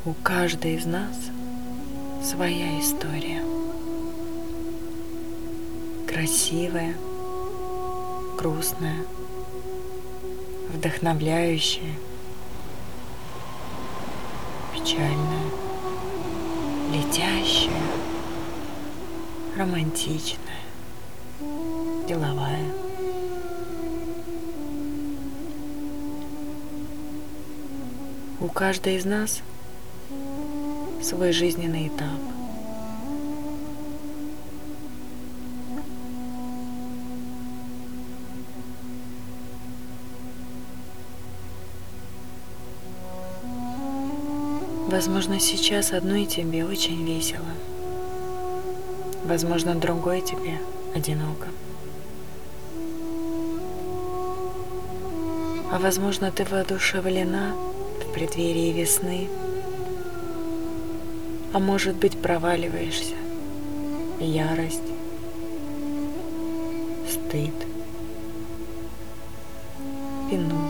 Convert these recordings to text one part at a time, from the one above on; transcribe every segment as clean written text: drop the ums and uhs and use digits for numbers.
У каждой из нас своя история. Красивая, грустная, вдохновляющая, печальная, летящая, романтичная, деловая. У каждой из нас свой жизненный этап. Возможно, сейчас одной тебе очень весело. Возможно, другой тебе одиноко. А возможно, ты воодушевлена в преддверии весны. А может быть, проваливаешься. Ярость, стыд, вину,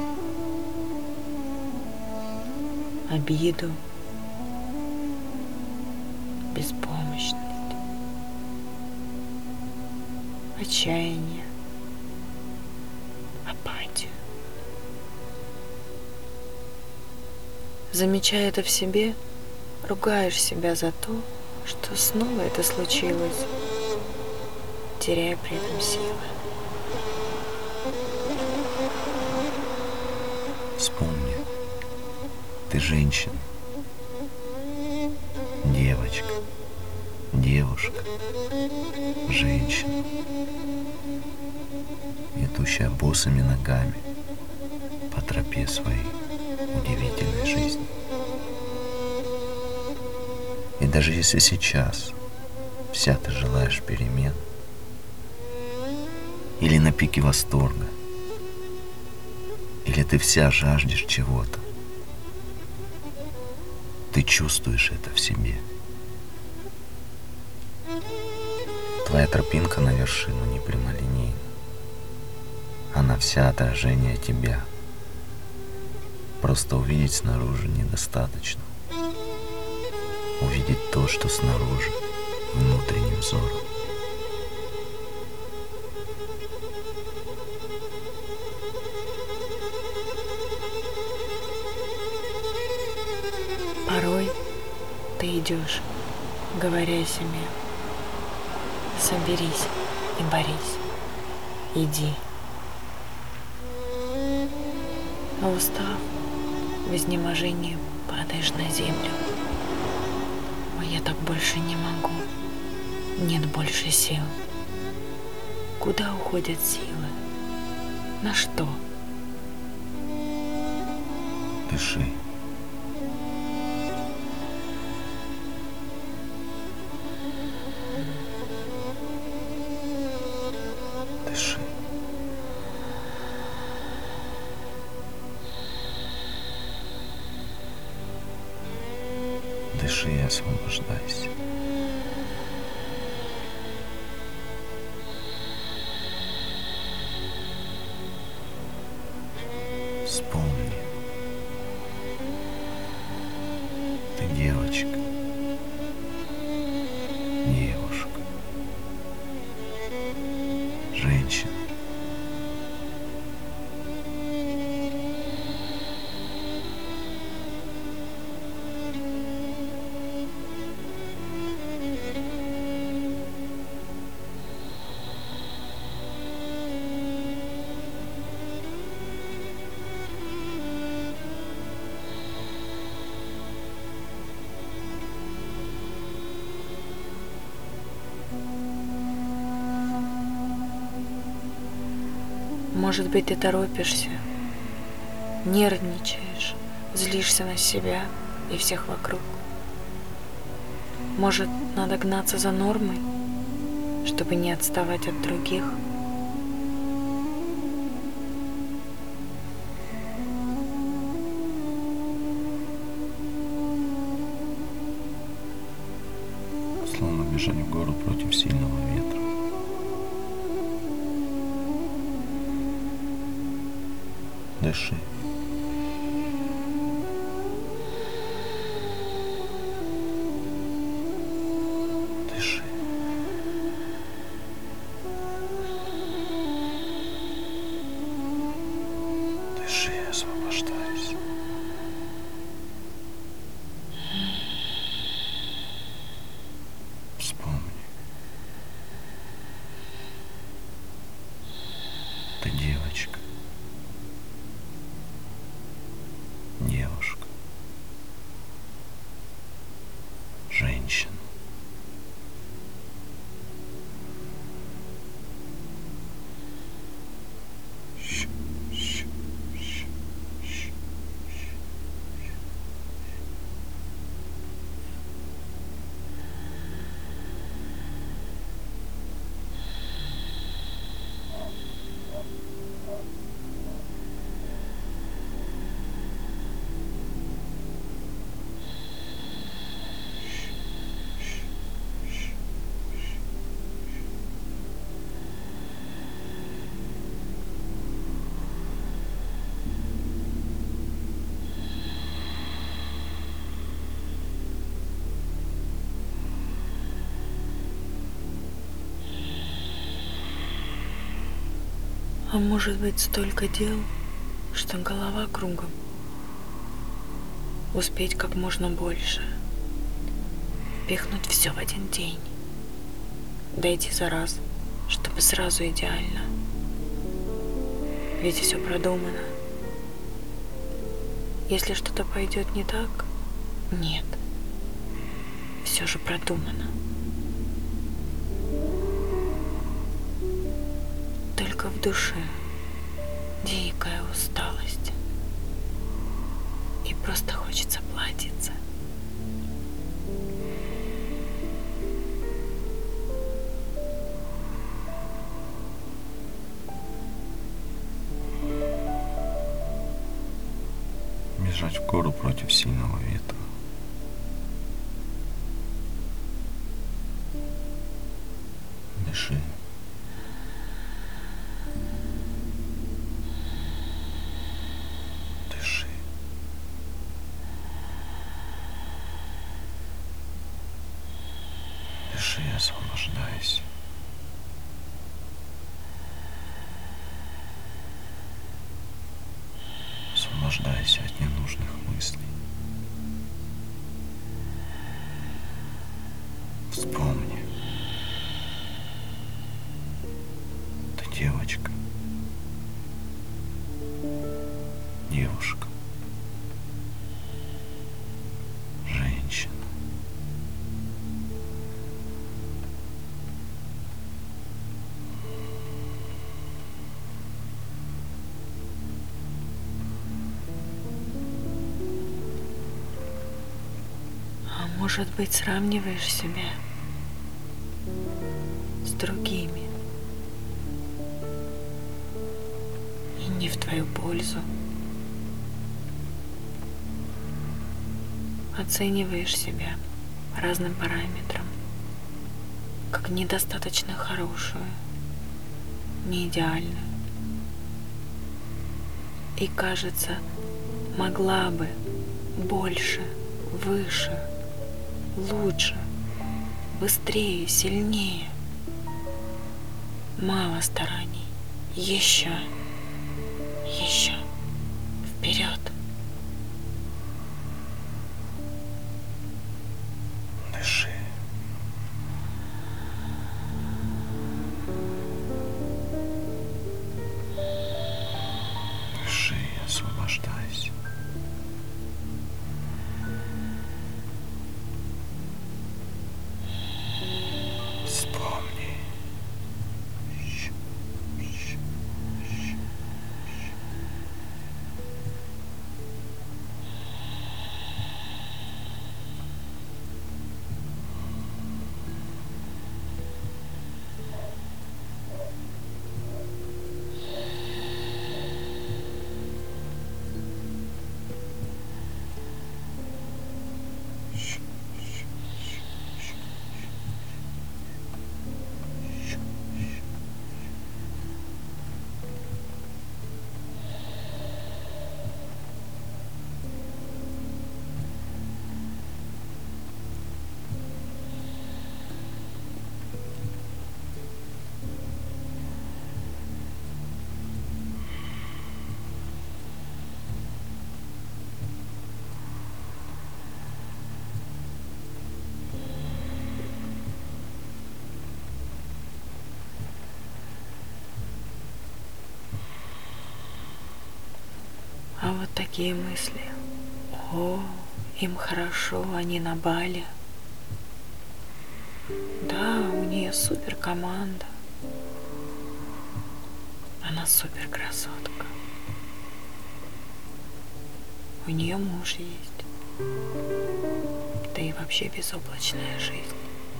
обиду, беспомощность, отчаяние, апатию. Замечая это в себе, ругаешь себя за то, что снова это случилось, теряя при этом силы. Вспомни, ты женщина, девочка, девушка, женщина, идущая босыми ногами по тропе своей удивительной жизни. И даже если сейчас вся ты желаешь перемен или на пике восторга, или ты вся жаждешь чего-то, ты чувствуешь это в себе. Твоя тропинка на вершину не прямолинейна. Она вся отражение тебя. Просто увидеть снаружи недостаточно. Увидеть то, что снаружи, внутренним взором. Порой ты идешь, говоря себе: соберись и борись, иди. А устав, в изнеможении падаешь на землю. Ой, я так больше не могу, нет больше сил. Куда уходят силы? На что? Дыши. Дыши. Дыши и освобождайся. Вспомни, ты девочка, девушка, женщина. Может быть, ты торопишься, нервничаешь, злишься на себя и всех вокруг. Может, надо гнаться за нормой, чтобы не отставать от других. Словно бежать в гору против сильного ветра. Дыши. женщину. А может быть, столько дел, что голова кругом. Успеть как можно больше. Впихнуть все в один день. Дойти за раз, чтобы сразу идеально. Ведь все продумано. Если что-то пойдет не так, нет. Все же продумано. Только в душе дикая усталость. И просто хочется платиться. Бежать в гору против сильного ветра. Дыши. Дыши. Дыши, освобождайся. Освобождайся от ненужных мыслей. Вспомни. Ты девочка. Девушка. Женщина. А может быть, сравниваешь себя с другими. И не в твою пользу. Оцениваешь себя разным параметрам, как недостаточно хорошую, не идеальную. И кажется, могла бы больше, выше, лучше, быстрее, сильнее. Мало стараний. Еще. Вперед. Дыши. Дыши и освобождайся. Вспомни. А вот такие мысли. О, им хорошо, они на Бали. Да, у нее супер команда. Она супер красотка. У нее муж есть. Да и вообще безоблачная жизнь.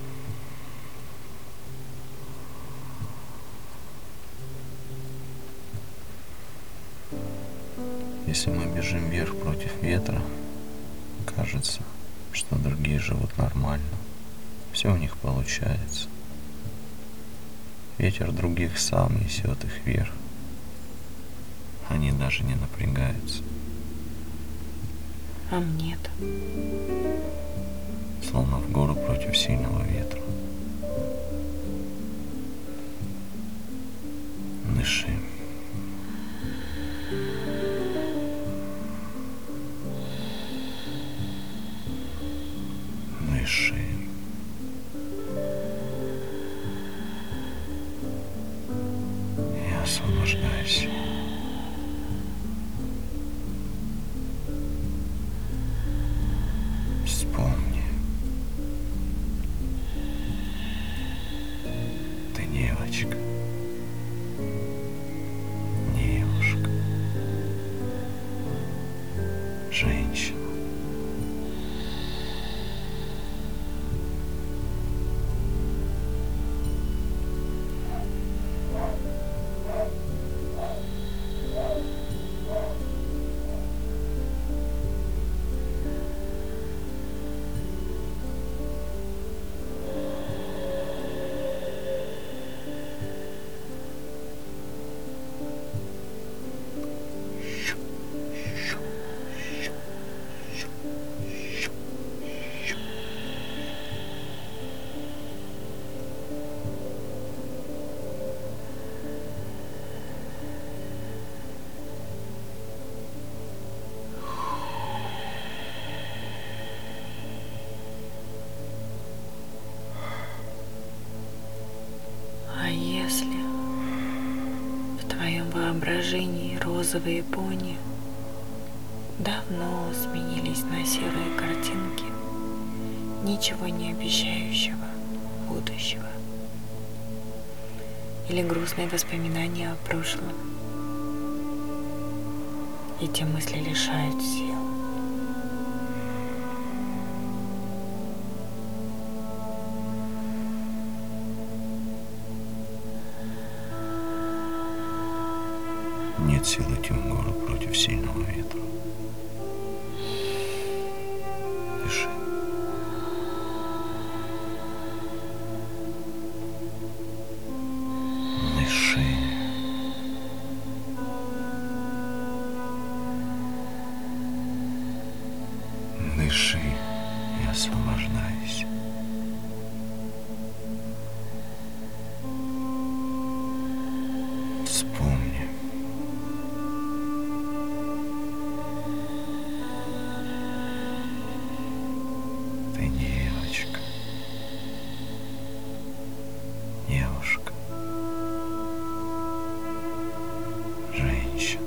Если мы бежим вверх против ветра, кажется, что другие живут нормально. Все у них получается. Ветер других сам несет их вверх. Они даже не напрягаются. А мне-то? Словно в гору против сильного ветра. Дыши. Дыши. И освобождайся. Вспомни. Ты девочка. Девушка. Женщина. А если в твоем воображении розовые пони давно сменились на серые картинки ничего не обещающего будущего? Или грустные воспоминания о прошлом? Эти мысли лишают сил. Нет сил идти в гору против сильного ветра. Дыши. Дыши. Дыши и освобождайся. Вспомни. Ты девочка. Девушка. Женщина.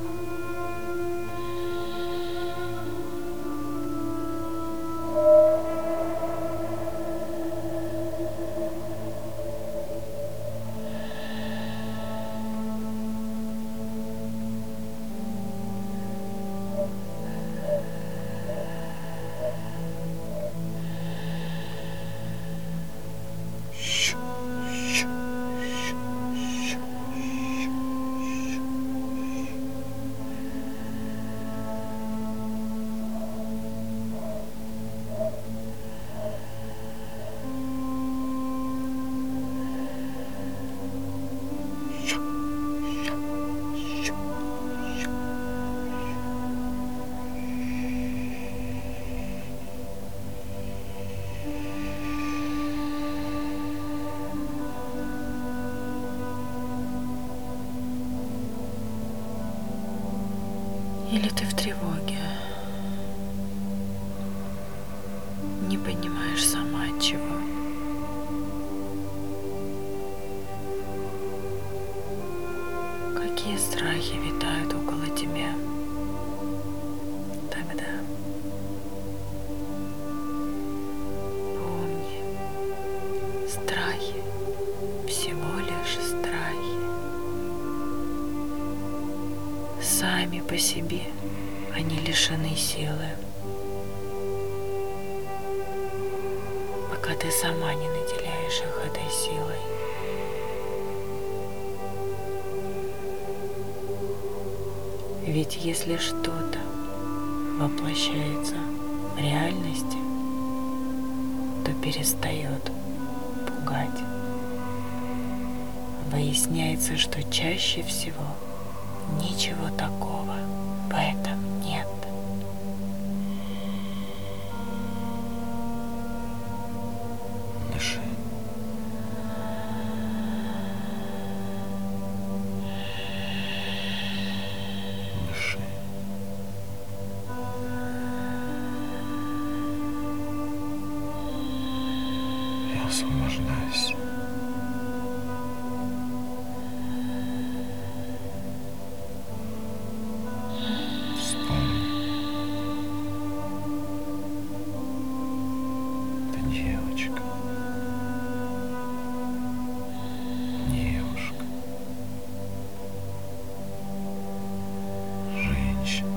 сами по себе они лишены силы, пока ты сама не наделяешь их этой силой. Ведь если что-то воплощается в реальности, то перестает пугать. Выясняется, что чаще всего ничего такого в этом нет. Дыши. Дыши. Я освобождаюсь. Вспомни. Ты девочка. Девушка. Женщина.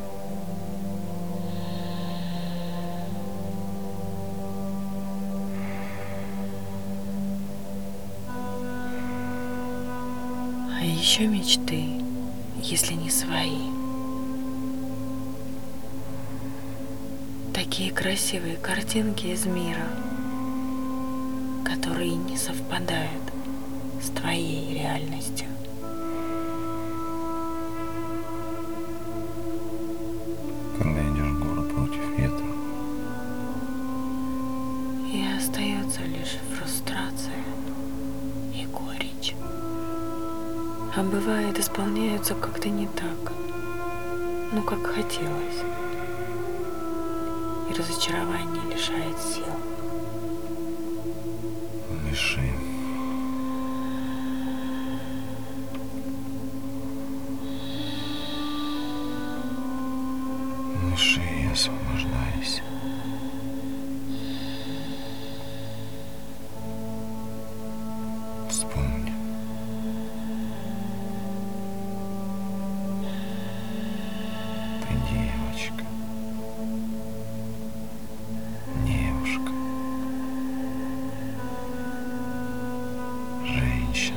А еще мечты, если не свои. Такие красивые картинки из мира, которые не совпадают с твоей реальностью. Когда идешь в город против ветра, И остается лишь фрустрация и горечь. А бывает, исполняются как-то не так, ну как хотелось. И разочарование лишает сил. дыши. Дыши и освобождайся. Вспомни. Ты девочка. Девушка. Женщина.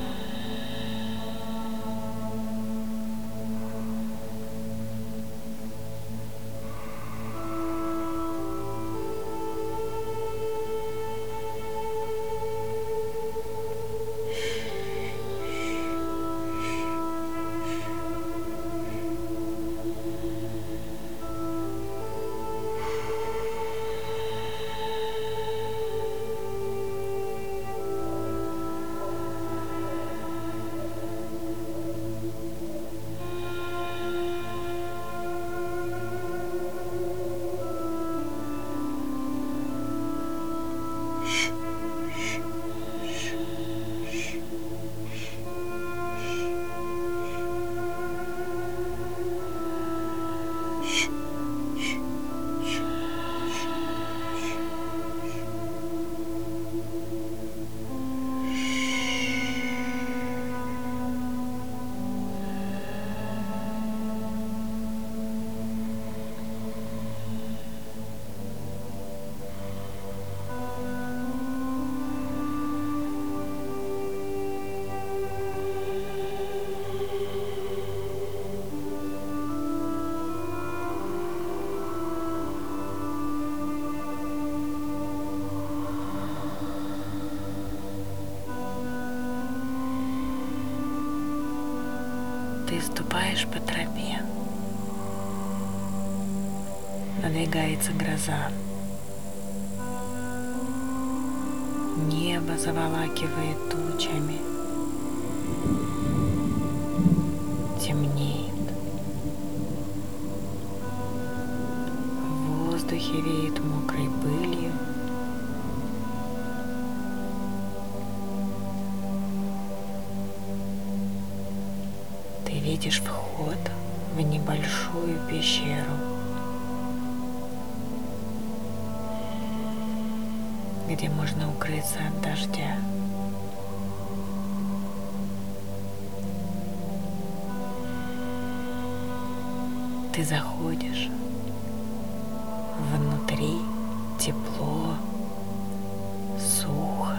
Ты ступаешь по тропе. Надвигается гроза. Небо заволакивает тучами. Темнеет. В воздухе веет мокрой пылью. Ты видишь вход в небольшую пещеру, где можно укрыться от дождя. ты заходишь, внутри тепло, сухо.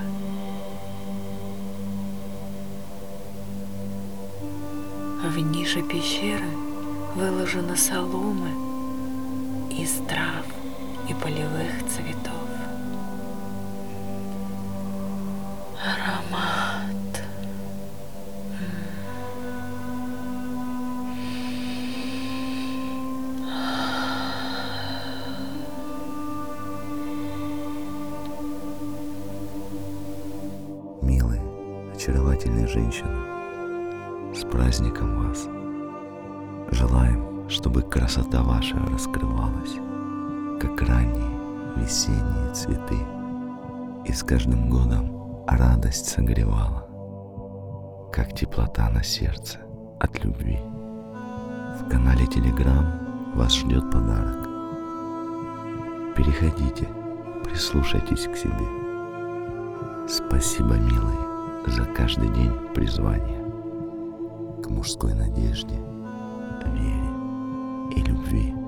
В нише пещеры выложены соломы из трав и полевых цветов. Аромат. Милые, очаровательные женщины, с праздником вас! Желаем, чтобы красота ваша раскрывалась, как ранние весенние цветы, и с каждым годом радость согревала, как теплота на сердце от любви. В канале Telegram вас ждет подарок. Переходите, прислушайтесь к себе. Спасибо, милые, за каждый день призвания к мужской надежде, вере и любви.